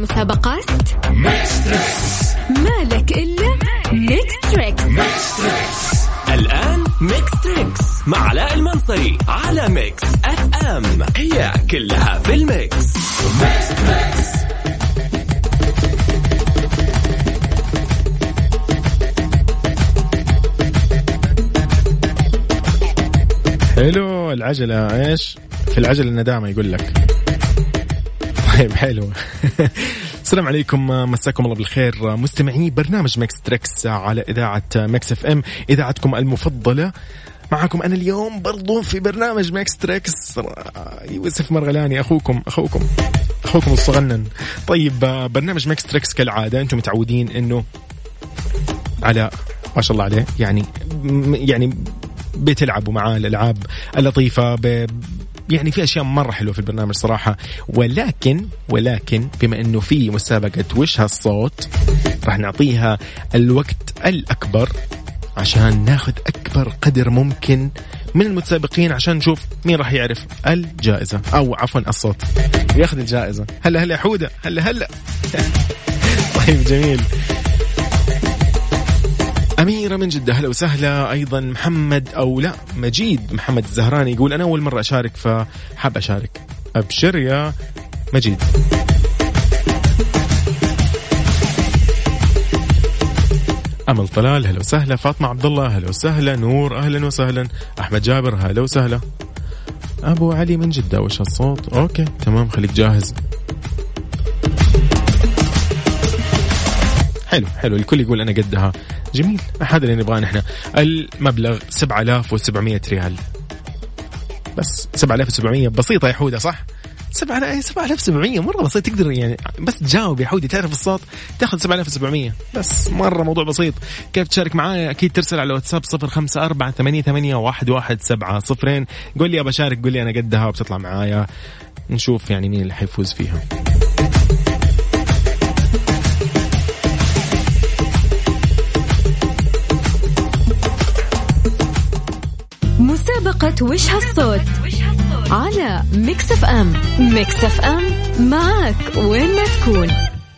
المسابقات مالك إلا ميكس تريكس. الآن ميكس تريكس مع علاء المنصري على ميكس اف ام. هي كلها في الميكس. حلو العجلة ايش في العجلة الندامة يقول لك. طيب حلو. السلام عليكم، مساكم الله بالخير مستمعي برنامج ميكس تريكس على إذاعة ميكس اف ام، إذاعتكم المفضلة. معكم أنا اليوم برضو في برنامج ميكس تريكس يوسف مرغلاني، أخوكم الصغنن. طيب برنامج ميكس تريكس كالعادة أنتم متعودين إنه على ما شاء الله عليه يعني بتلعبوا معاه الألعاب اللطيفة يعني في أشياء مرة حلوة في البرنامج صراحة. ولكن بما أنه في مسابقة وش هالصوت راح نعطيها الوقت الأكبر عشان ناخذ أكبر قدر ممكن من المتسابقين عشان نشوف مين راح يعرف الجائزة أو عفوا الصوت وياخذ الجائزة. هلا يا حودة، هلا. طيب جميل. أميرة من جدة هلا وسهلا. أيضا محمد أو لا مجيد محمد الزهراني يقول أنا أول مرة أشارك فحاب أشارك. أبشر يا مجيد. أمل طلال هلا وسهلا. فاطمة عبد الله هلا وسهلا. نور أهلا وسهلا. أحمد جابر هلا وسهلا. أبو علي من جدة وش هالصوت؟ أوكي تمام خليك جاهز. حلو الكل يقول أنا قدها. جميل، هذا اللي نبغاه نحن. المبلغ 7700 ريال بس. 7700 بسيطة يا حودة صح؟ 7700 مرة بسيط، تقدر يعني بس تجاوب يا حودي تعرف الصوت تاخذ 7700 بس، مرة موضوع بسيط. كيف تشارك معايا؟ أكيد ترسل على واتساب 0548811700. قول لي أبى أشارك، قول لي أنا قدها وبتطلع معايا، نشوف يعني مين اللي حيفوز فيها. مسابقة وش هالصوت على ميكس اف ام. ميكس اف ام معك وين ما تكون.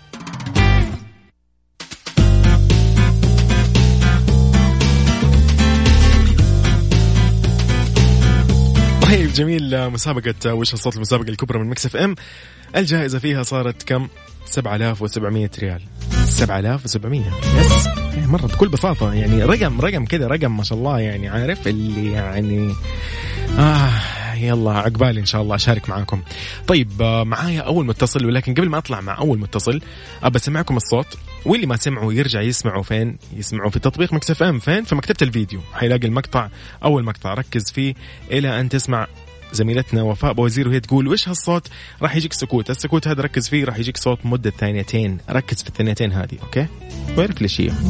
طيب جميل. مسابقة وش هالصوت المسابقة الكبرى من ميكس اف ام، الجائزة فيها صارت كم؟ 7700 ريال. 7700 يس، مرة بكل بساطة يعني رقم كذا، رقم ما شاء الله يعني، عارف اللي يعني يلا عقبالي إن شاء الله أشارك معاكم. طيب معايا أول متصل، ولكن قبل ما أطلع مع أول متصل أبى أسمعكم الصوت، واللي ما سمعوا يرجع يسمعوا. فين يسمعوا؟ في تطبيق ميكس اف ام. فين؟ في مكتبة الفيديو حيلاقي المقطع، أول مقطع ركز فيه إلى أن تسمع زميلتنا وفاء بوزير وهي تقول وش هالصوت. راح يجيك سكوت، السكوت هذا ركز فيه، راح يجيك صوت مدة ثانيتين، ركز في الثانيتين هذه أوكي؟ ويرك ليش هي.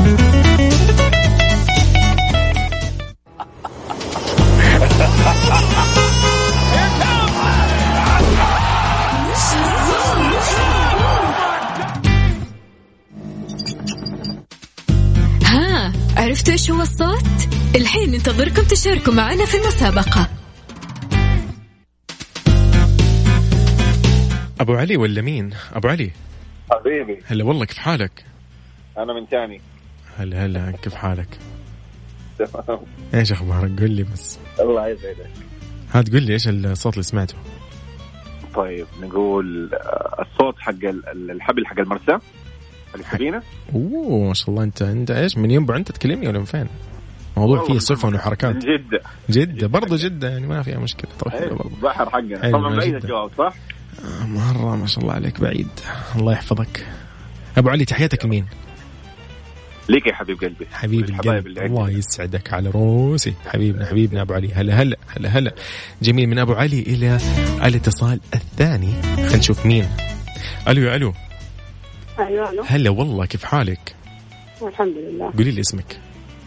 ها عرفتوا ايش هو الصوت؟ الحين ننتظركم تشاركوا معنا في المسابقة. أبو علي ولا مين؟ أبو علي حبيبي. هلا والله، كيف حالك؟ أنا من تاني. هلا كيف حالك؟ تمام. إيش أخبارك؟ قل لي بس. الله يسعدك. هات قل لي إيش الصوت اللي سمعته. طيب نقول الصوت حق الحبل حق المرسى السفينة. ما شاء الله. أنت إيش من ينبع أنت تكلمني ولا من فين؟ موضوع فيه سفن وحركات. جدة برضو جدة يعني ما فيها مشكلة. طبعا بحر حقنا طبعا. بعيد الجواب صح؟ مرة ما شاء الله عليك بعيد. الله يحفظك. أبو علي تحياتك لمين؟ ليك يا حبيب قلبي. حبيب القلب الله يسعدك على روسي. حبيبنا أبو علي. هلا جميل. من أبو علي إلى الاتصال الثاني، خلينا نشوف مين. ألو. أيوة. هلا والله، كيف حالك؟ الحمد لله. قولي لي اسمك.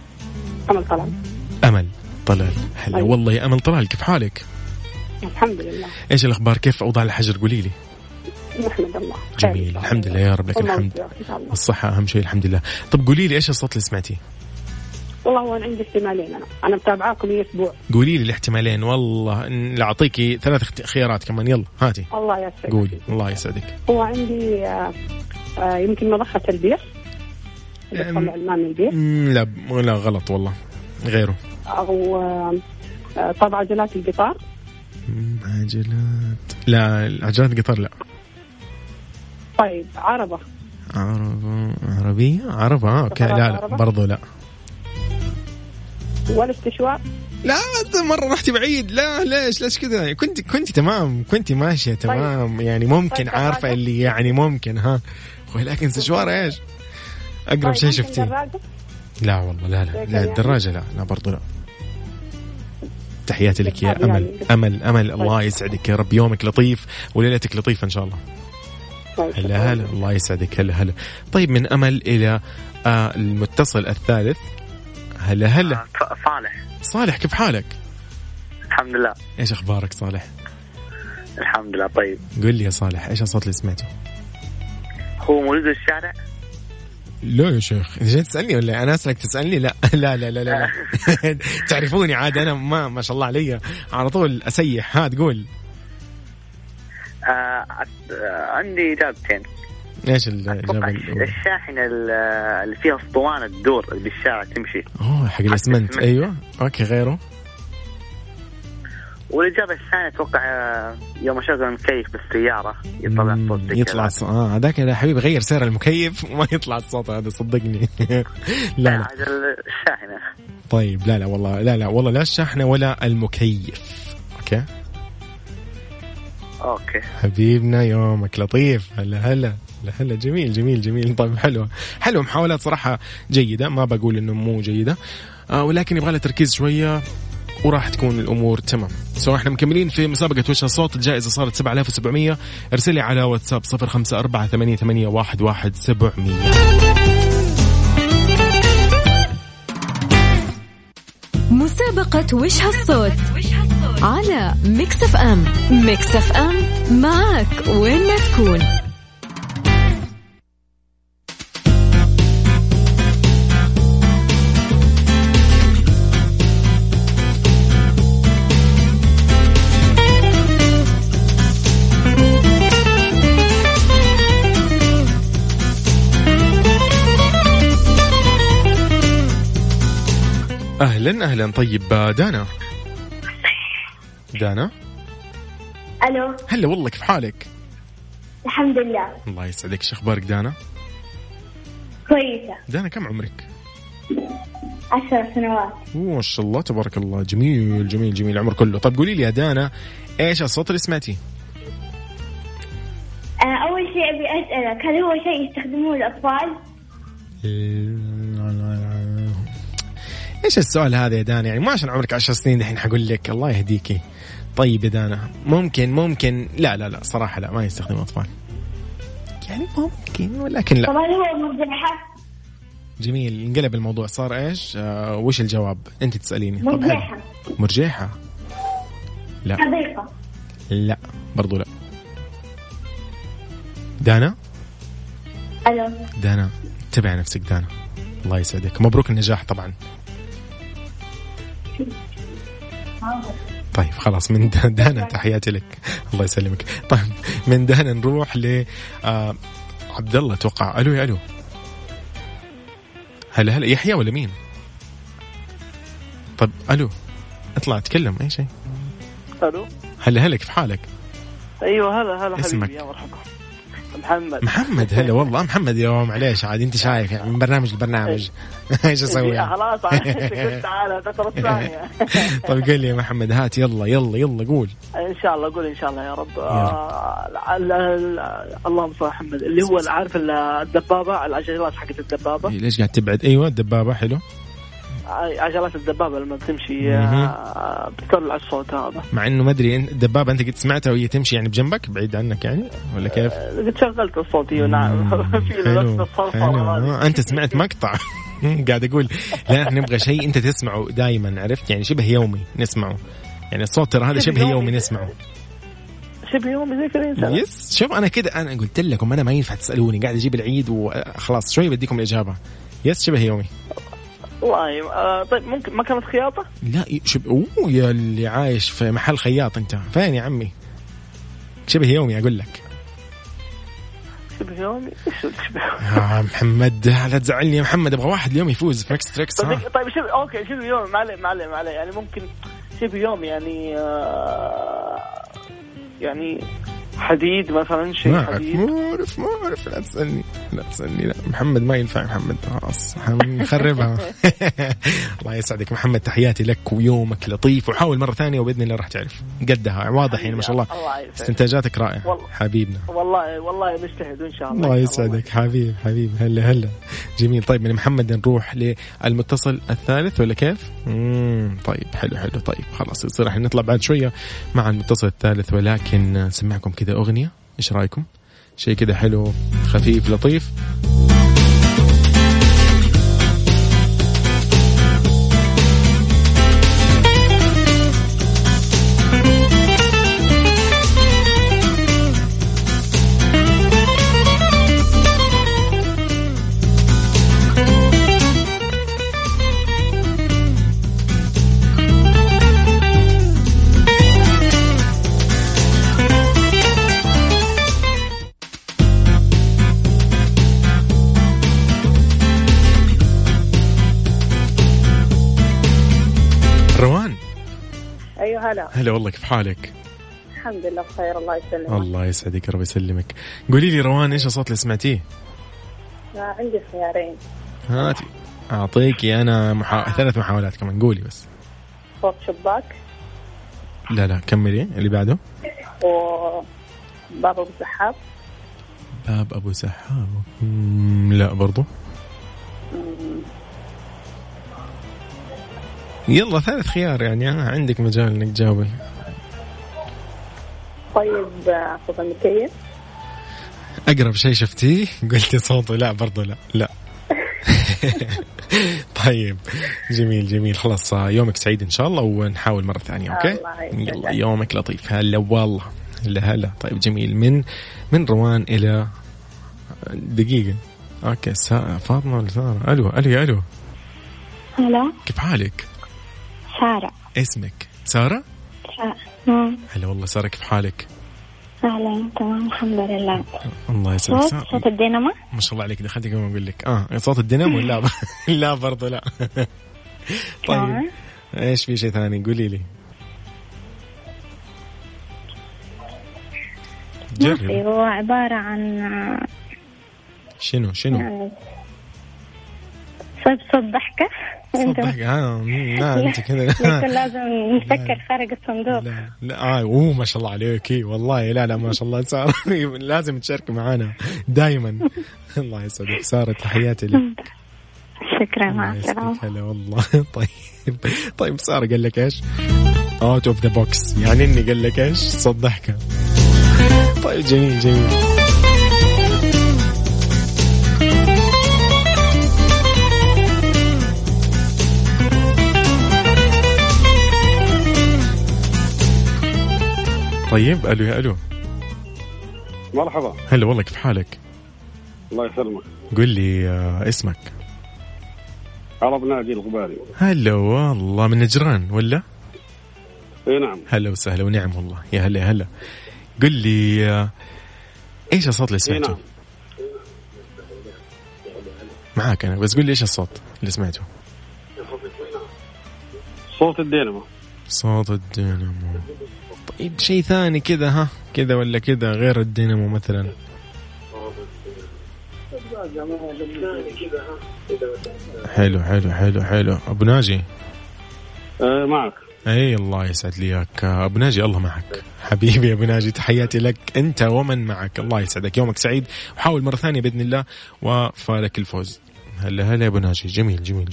أمل طلال. هلا أيوة. والله يا أمل طلال، كيف حالك؟ الحمد لله. إيش الأخبار؟ كيف أوضاع الحجر؟ قولي لي. نحمد الله. جميل الحمد لله يا رب، لك الحمد. الصحة أهم شيء الحمد لله. طب قولي لي إيش الصوت اللي سمعتيه؟ والله هو عندي احتمالين. أنا متابعاكم من أسبوع. قولي لي الاحتمالين. والله لا أعطيكي 3 خيارات كمان. يلا هاتي. الله يسعدك. قولي. الله يسعدك. هو عندي يمكن مضخة البير اللي تطلع الماء من البير. لا غلط والله. غيره. أو طبعا عجلات القطار. عجلات. لا عجلات القطار لا. طيب عربة. عربية. أوكي. لا برضو لا. ولا استشواء. لا مرة رحتي بعيد. لا ليش كذا؟ كنت تمام، كنت ماشية تمام. طيب. يعني ممكن. طيب عارفة اللي يعني ممكن ولكن استشوار ايش؟ أقرب طيب شيء شفتيه. لا والله لا الدراجة لا برضو لا. تحياتي لك يا أمل. طيب. الله يسعدك يا رب. يومك لطيف وليلتك لطيفة إن شاء الله. طيب. هلا الله يسعدك. هلا. طيب من أمل إلى المتصل الثالث. هلا صالح كيف حالك؟ الحمد لله. إيش أخبارك صالح؟ الحمد لله. طيب قل لي يا صالح إيش الصوت اللي سمعته؟ هو مولود الشارع؟ لا يا شيخ انت جاي تسألني ولا انا اسالك تسألني؟ لا لا لا لا, لا. تعرفوني عاد انا ما شاء الله علي على طول اسيح. ها تقول. عندي اجابتين. ايش الاجابه؟ الشاحنه اللي فيها اسطوانه الدور اللي بالشارع تمشي. حق الاسمنت. ايوه اوكي. غيره؟ والإجابة الثانية أتوقع يوم أشغل المكيف بالسيارة يطلع صوت. هذاك يا حبيبي غير سعر المكيف وما يطلع الصوت هذا صدقني. لا الشاحنة. طيب لا والله لا الشاحنة ولا المكيف. اوكي حبيبنا يومك لطيف. هلا جميل. طيب حلو محاولات صراحة جيدة. ما بقول إنه مو جيدة ولكن يبغى لها تركيز شوية وراح تكون الأمور تمام. احنا مكملين في مسابقة وش الصوت. الجائزة صارت 7700. ارسلي على واتساب 0548811700. مسابقة وش هالصوت على ميكس اف ام. ميكس اف ام معك وين ما تكون. أهلا. طيب دانا. ألو. هلا والله كيف حالك؟ الحمد لله. الله يسعدك. شو أخبارك دانا؟ كويسة. دانا كم عمرك؟ 10 سنوات. ما شاء الله تبارك الله. جميل العمر كله. طيب قولي لي يا دانا إيش الصوت اللي سمعتي؟ أول شيء أبي أسألك هل هو شيء يستخدموه الأطفال؟ إيش السؤال هذا يا دانا؟ يعني ما عشان عمرك 10 سنين دحين حقول لك الله يهديكي. طيب يا دانا ممكن لا صراحة لا ما يستخدم أطفال. يعني ممكن ولكن لا. طبعا هو مرجحة. جميل. انقلب الموضوع صار إيش وش الجواب أنت تسأليني؟ مرجحة. لا. حديقة. لا برضو لا. دانا. ألو. دانا تبع نفسك دانا. الله يسعدك. مبروك النجاح طبعا. طيب خلاص من دانا تحياتي لك. الله يسلمك. طيب من دانا نروح ل عبد الله توقع. الو. هلا يحيى ولا مين؟ طيب الو اطلع اتكلم اي شيء. الو. هلا كيف حالك؟ ايوه هلا اسمك؟ حبيبي يا مرحبا. محمد. هلا والله محمد. يوم معليش عاد انت شايف يعني من برنامج لبرنامج. ايش اسوي؟ خلاص قلت تعال فترة ثانية. طيب قل لي يا محمد هات يلا قول. ان شاء الله قول ان شاء الله يا رب. اللهم صل على محمد. اللي هو عارف الدبابة العجلات حقت الدبابة. ليش قاعد تبعد؟ ايوه الدبابة. حلو. عجلات الدبابة لما بتمشي بتطلع الصوت هذا. مع انه ما ادري الدبابة انت قد سمعتها وهي تمشي يعني بجنبك بعيد عنك يعني ولا كيف؟ قد شغلت الصوت. نعم. في انت سمعت مقطع. قاعد اقول لا احنا نبغى شيء انت تسمعه دائما. عرفت يعني شبه يومي نسمعه. يعني الصوت ترى هذا شبه يومي نسمعه. شبه يومي زي كذا. يس شوف انا كده انا قلت لكم انا ما ينفع تسالوني. قاعد اجيب العيد وخلاص شوي بديكم الاجابة. يس شبه يومي. والله طيب ممكن مكنة خياطة؟ لا يا اللي عايش في محل خياط أنت فين يا عمي؟ شبه يومي أقول لك. شبه يومي؟ إيش شبه يومي؟ يا محمد لا تزعلني يا محمد، أبغى واحد اليوم يفوز في ميكس تريكس. طيب شبه أوكي شبه يومي معلي يعني ممكن شبه يومي يعني حديد مثلا شيء ما حديد. ما أعرف لا تسألني لا محمد ما ينفع محمد خلاص حنخربها. الله يسعدك محمد، تحياتي لك ويومك لطيف، وحاول مرة ثانية وبإذن الله راح تعرف قدها واضح يعني ما شاء الله استنتاجاتك رائعة حبيبنا. والله نجتهد إن شاء الله. الله يسعدك حبيب هلا جميل. طيب من محمد نروح للمتصل الثالث ولا كيف؟ طيب حلو طيب خلاص يصير راح نطلع بعد شوية مع المتصل الثالث، ولكن نسمعكم كذا أغنية. إيش رأيكم؟ شيء كذا حلو خفيف لطيف. هلا والله كيف حالك؟ الحمد لله بخير الله يسلمك. الله يسعدك ربي يسلمك. قولي لي روان ايش الصوت اللي سمعتيه؟ عندي خيارين. هاتي اعطيكي انا 3 محاولات كمان. قولي بس. صوت شباك. لا كملي اللي بعده. وباب ابو سحاب. باب ابو سحاب لا برضو. يلا 3 خيار يعني عندك مجال انك تجاوبي. طيب صوت المكيف. اقرب شيء شفتيه قلتي صوته لا برضو لا. طيب جميل خلاص يومك سعيد ان شاء الله ونحاول مرة ثانية. اوكي يلا يومك لطيف. هلا والله هلا. طيب جميل من روان الى دقيقة. اوكي فاطمة ولا سارة؟ الو هلا كيف حالك؟ سارة. اسمك سارة؟ هلا والله سارة كيف حالك؟ أهلا تمام الحمد لله. الله يسعدك. صوت الدينامو ما شاء الله عليك دخلتي كمان أقول لك صوت الدينامو لا لا برضو لا. طيب إيش في شيء ثاني قولي لي. جرب. هو عبارة عن شنو يعني صوت ضحكة. لا انت كذا لازم نفكر خارج الصندوق. لا ما شاء الله عليكي والله. لا ما شاء الله سارة لازم تشارك معنا دائما. الله يسعدك سارة تحياتي لك. شكرا مع السلامة. هلا والله. طيب سارة قال لك ايش out of the box يعني اني قال لك ايش صوت ضحكة. طيب جميل طيب الو مرحبا. هلا والله كيف حالك؟ الله يسلمك. قل لي اسمك. عرب ناجي الغباري. هلا والله من نجران ولا؟ اي نعم. هلا وسهلا ونعم والله يا هلا. قل لي ايش الصوت اللي سمعته؟ نعم. معاك انا بس قل لي ايش الصوت اللي سمعته؟ صوت الدينامو. صوت الدينامو. طيب شيء ثاني كذا كذا ولا كذا غير الدينامو مثلا؟ حلو أبو ناجي. معك. اي الله يسعد لي اياك ابو ناجي. الله معك حبيبي يا ابو ناجي تحياتي لك انت ومن معك. الله يسعدك يومك سعيد وحاول مرة ثانية بإذن الله وفالك الفوز. هلا يا ابو ناجي. جميل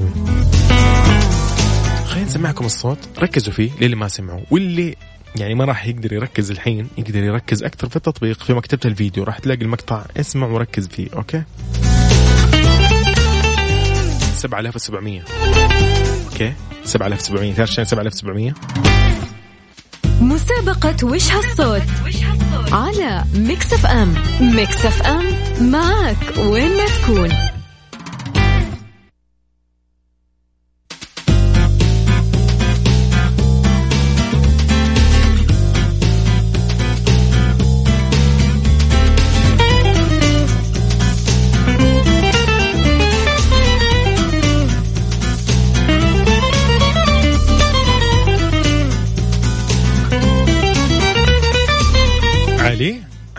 خلينا نسمعكم الصوت ركزوا فيه للي ما سمعوا واللي يعني ما راح يقدر يركز الحين يقدر يركز أكثر في التطبيق في مكتبة الفيديو راح تلاقي المقطع اسمع وركز فيه. أوكي 7700 أوكي 7700 ثالث 7700. مسابقة وش هالصوت على ميكس اف ام. ميكس اف ام. معك وين ما تكون.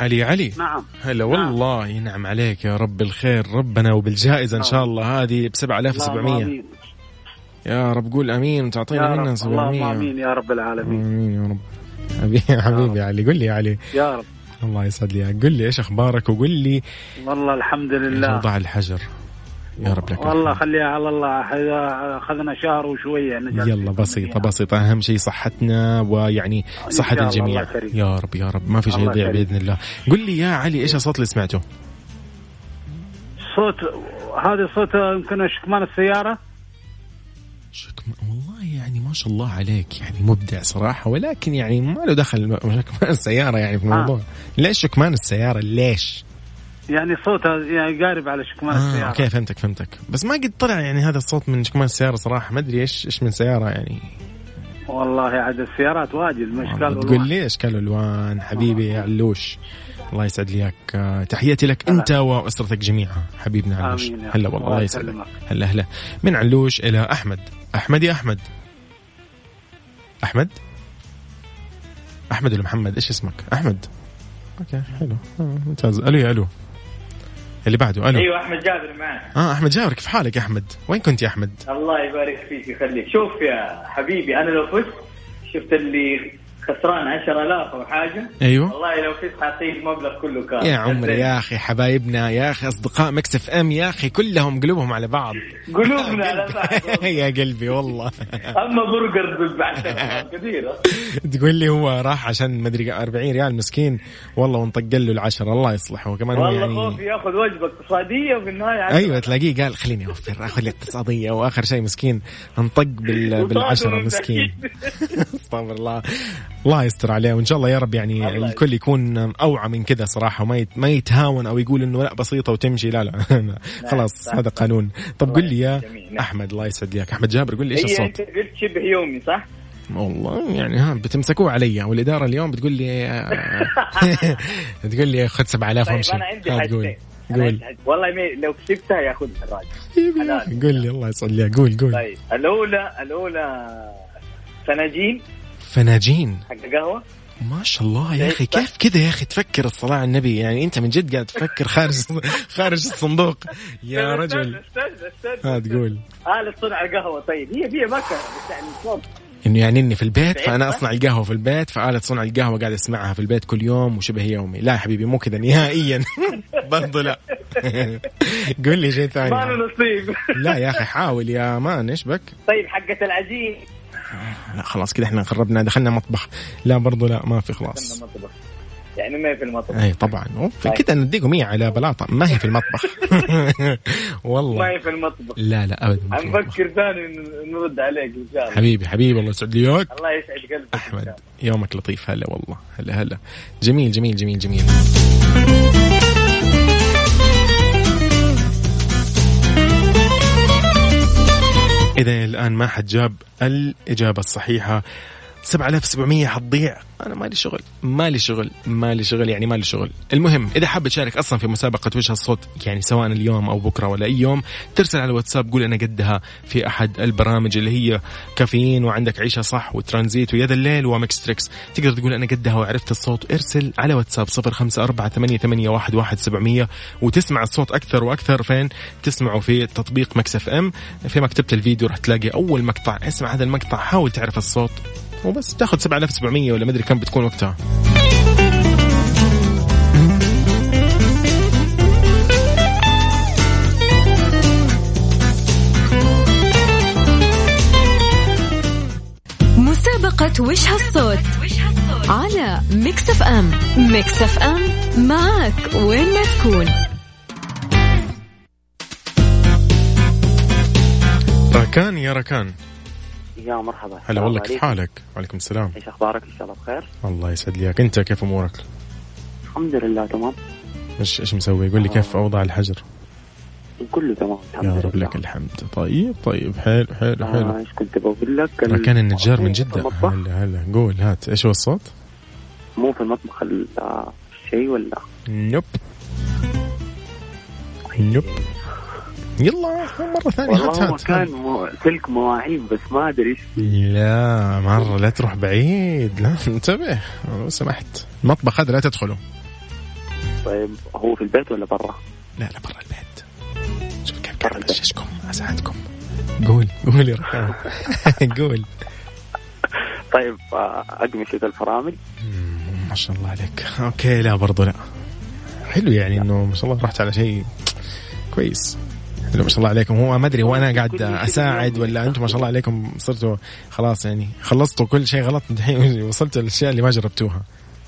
علي نعم. هلا والله ينعم عليك يا رب الخير ربنا وبالجائزة إن شاء الله هذه ب7,700. يا رب قول أمين وتعطينا منها 700. اللهم آمين يا رب العالمين. آمين يا رب. حبيبي علي قل لي يا علي. يا رب. الله يسعد لي. قل لي إيش أخبارك وقل لي. والله الحمد لله. وضع الحجر يا رب لك. والله خليها على الله. أخذنا شهر وشوية. يلا بسيطة أهم شيء صحتنا ويعني صحة الجميع. يا رب ما في شيء يضيع بإذن الله. قل لي يا علي إيش الصوت اللي سمعته؟ هذا صوت يمكن شكمان السيارة. والله يعني ما شاء الله عليك يعني مبدع صراحة ولكن يعني ما له دخل شكمان السيارة يعني في الموضوع. ليش شكمان السيارة ليش؟ يعني صوتها يعني قارب على شكمان السيارة. اوكي فهمتك بس ما قد طلع يعني هذا الصوت من شكمان السيارة صراحة ما ادري ايش من سيارة يعني. والله عاد السيارات واجد مشكل. تقول لي اشكال الوان حبيبي يا علوش. الله يسعد لي اياك. تحياتي لك انت واسرتك جميعا حبيبنا علوش. هلا والله الله يسعدك. هلا من علوش الى احمد يا احمد ولا محمد ايش اسمك؟ احمد. اوكي حلو ممتاز. الو اللي بعده. الو. ايوه احمد جابر معك. احمد جابر كيف حالك يا احمد؟ وين كنت يا احمد؟ الله يبارك فيك يخليك. شوف يا حبيبي انا لو فزت شفت اللي خسران 10,000 أو حاجة. أيوة. والله لو فزت حاطين المبلغ كله كامل. يا عمري يا أخي حبايبنا يا أخي أصدقاء ميكس اف ام يا أخي كلهم قلوبهم على بعض. قلوبنا على بعض. يا قلبي والله. أما برجر بالبعثة كثيرة. تقول لي هو راح عشان مدري 40 ريال مسكين والله ونطقل له 10 الله يصلحه وكمان والله يعني خوف ياخذ وجبة اقتصادية وفي النهاية. أيوة تلاقيه قال خليني أوفر أخذ لي اقتصادية وآخر شيء مسكين انطق بال10 مسكين. استغفر الله. الله يستر عليه وإن شاء الله يا رب يعني الكل يكون أوعى من كذا صراحة وما يتهاون أو يقول إنه لا بسيطة وتمشي لا خلاص هذا قانون. طب قل لي يا أحمد الله يسعد لك أحمد جابر قل لي إيش الصوت؟ أنت قلت شبه يومي صح؟ والله يعني بتمسكوه علي والإدارة اليوم بتقول لي تقول لي خذ 7,000 وامشي. طيب أنا عندي حاجتين. قول. والله لو كسبتها ياخذ الراجل. قول لي الله يسعد لك. قول. طيب الأولى فناجين حق قهوة. ما شاء الله يا أخي كيف كذا يا أخي تفكر الصلاة على النبي يعني أنت من جد قاعد تفكر خارج الصندوق يا رجل. تقول آلة صنع القهوة. طيب هي مكة بس يعني صوت إنه يعني إني في البيت فأنا أصنع القهوة في البيت فآلة صنع القهوة قاعد أسمعها في البيت كل يوم وشبه يومي. لا يا حبيبي مو كذا نهائيا. برضو لا. قول لي شيء ثاني. ما نصيب. لا يا أخي حاول يا مان إيش بك. طيب حقة العجين. لا خلاص كده احنا خربنا دخلنا مطبخ. لا برضو لا ما في خلاص يعني ما هي في المطبخ. اي طبعا في كده نديكم 100 على بلاطه ما هي في المطبخ. والله ما هي في المطبخ. لا ابدا. نفكر ثاني نرد عليك ان شاء الله. حبيبي الله يسعد لي اياك. الله يسعد قلبك احمد يومك لطيف. هلا والله هلا جميل. إذا الآن ما حد جاب الإجابة الصحيحة 7,700 حتضيع. أنا مالي شغل. المهم إذا حاب تشارك أصلا في مسابقة وجه الصوت يعني سواء اليوم أو بكرة ولا أي يوم ترسل على الواتساب قول أنا قدها في أحد البرامج اللي هي كافيين وعندك عيشة صح وترانزيت ويا ذا الليل وميكس تريكس. تقدر تقول أنا قدها وعرفت الصوت ارسل على واتساب 0548811700 وتسمع الصوت أكثر وأكثر. فين تسمعوا؟ في تطبيق ميكس اف ام في مكتبة الفيديو رح تلاقي أول مقطع. اسمع هذا المقطع حاول تعرف الصوت وبس تاخذ 7,700 ولا مدري كم بتكون وقتها. مسابقة وش هالصوت على ميكس اف ام. ميكس اف ام معك وين ما تكون. ركان يا ركان. يا مرحبا. هلا والله كيف حالك؟ وعليكم السلام. ايش اخبارك؟ ان شاء الله بخير. الله يسعد ليك. انت كيف امورك؟ الحمد لله تمام. ايش مسوي؟ قول لي كيف اوضاع الحجر؟ كله تمام يا رب لك الحمد. طيب حلو ايش كنت بقول لك؟ كان النجار من جدة. هلا قول هات ايش هو الصوت؟ مو في المطبخ الشيء ولا نوب يلا مرة ثانية. والله كان سلك مواعين بس ما أدري إيش. لا مرة لا تروح بعيد. لا انتبه لو سمحت. المطبخ هذا لا تدخله. طيب هو في البيت ولا برا؟ لا برا البيت. شوف كيف قاعد أغششكم أساعدكم. قول يا ركان. قول. طيب أقمشة الفرامل. ما شاء الله عليك. أوكي لا برضو لا. حلو يعني إنه ما شاء الله رحت على شيء كويس. حلو ما شاء الله عليكم. هو ما أدري وأنا قاعد أساعد ولا أنتم ما شاء الله عليكم صرتوا خلاص يعني خلصتوا كل شيء غلط الحين وصلتوا للأشياء اللي ما جربتوها.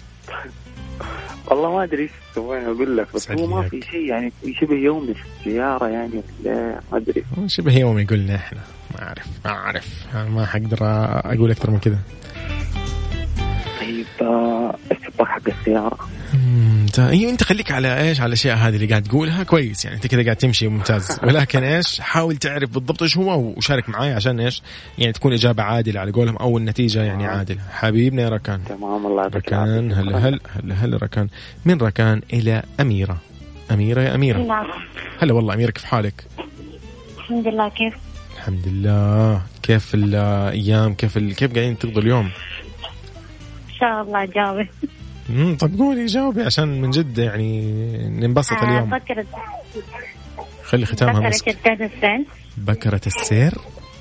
والله ما أدري سوينا أقول لك بس هو ما في شيء يعني شبه يومي في السيارة يعني لا ما أدري. شبه يومي قلنا إحنا ما أعرف ما حقدر أقول أكثر من كذا. طيب السباق حق السيارة. أيوة أنت خليك على إيش على الأشياء هذه اللي قاعد تقولها كويس يعني أنت كذا قاعد تمشي ممتاز. ولكن إيش حاول تعرف بالضبط إيش هو وشارك معاي عشان إيش يعني تكون إجابة عادلة على قولهم أو النتيجة يعني عادلة. حبيبنا يا ركان. تمام الله يعطيك ركان. هلا ركان. من ركان إلى أميرة. يا أميرة. هلا والله أميرة كيف حالك؟ الحمد لله. كيف؟ الحمد لله. كيف الأيام كيف قاعدين تقضوا اليوم؟ إن شاء الله جاوب. طب قولي جاوبي عشان من جد يعني ننبسط اليوم. خلي ختامها مسك. بكرة السير.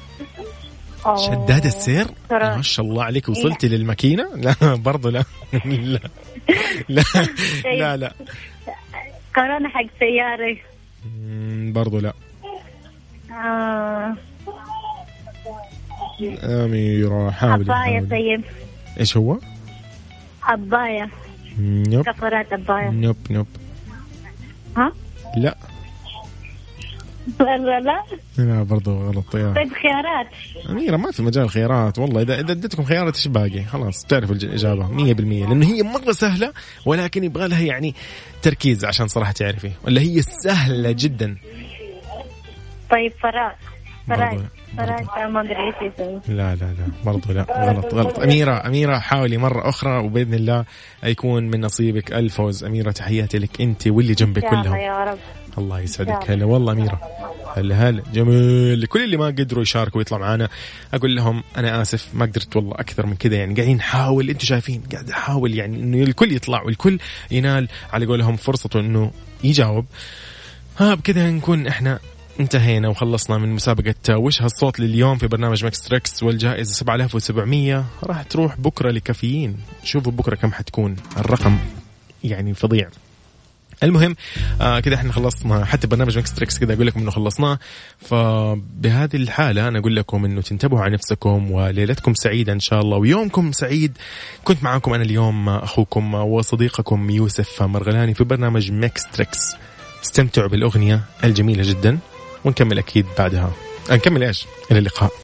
شداد السير. ما شاء الله عليك وصلتي للماكينة. لا برضو لا. لا كورونا حق سيارة. برضو لا. أميرة حاولي. عباية. طيب إيش هو؟ عباية. نوب. كفرات عباية. نوب. ها؟ لا برضو غلط. طيب خيارات. أميرة ما في مجال خيارات والله. إذا اديتكم خيارات إيش باقي؟ خلاص تعرفوا الإجابة 100% لأنه هي مرة سهلة ولكن يبغى لها يعني تركيز عشان صراحة تعرفي ولا هي سهلة جدا. طيب فراغ. لا برضو لا غلط. أميرة حاولي مرة أخرى وبإذن الله يكون من نصيبك الفوز. أميرة تحياتي لك أنت واللي جنبك كلهم. يا رب. الله يسعدك. هلا والله أميرة. هلا جميل. كل اللي ما قدروا يشاركوا ويطلع معانا أقول لهم أنا آسف ما قدرت والله أكثر من كذا يعني قاعدين نحاول. أنتوا شايفين قاعد أحاول يعني إنه الكل يطلع والكل ينال على قولهم فرصته إنه يجاوب. بكذا نكون إحنا انتهينا وخلصنا من مسابقة وش هالصوت لليوم في برنامج ميكس تريكس. والجائزة 7700 راح تروح بكرة لكافيين. شوفوا بكرة كم حتكون الرقم يعني فظيع. المهم كده احنا خلصنا حتى برنامج ميكس تريكس كده اقول لكم انه خلصناه. فبهذه الحالة انا اقول لكم انه تنتبهوا على نفسكم وليلتكم سعيدة ان شاء الله ويومكم سعيد. كنت معاكم انا اليوم اخوكم وصديقكم يوسف مرغلاني في برنامج ميكس تريكس. استمتعوا بالاغنية الجميلة جدا ونكمل أكيد بعدها. نكمل إيش؟ إلى اللقاء.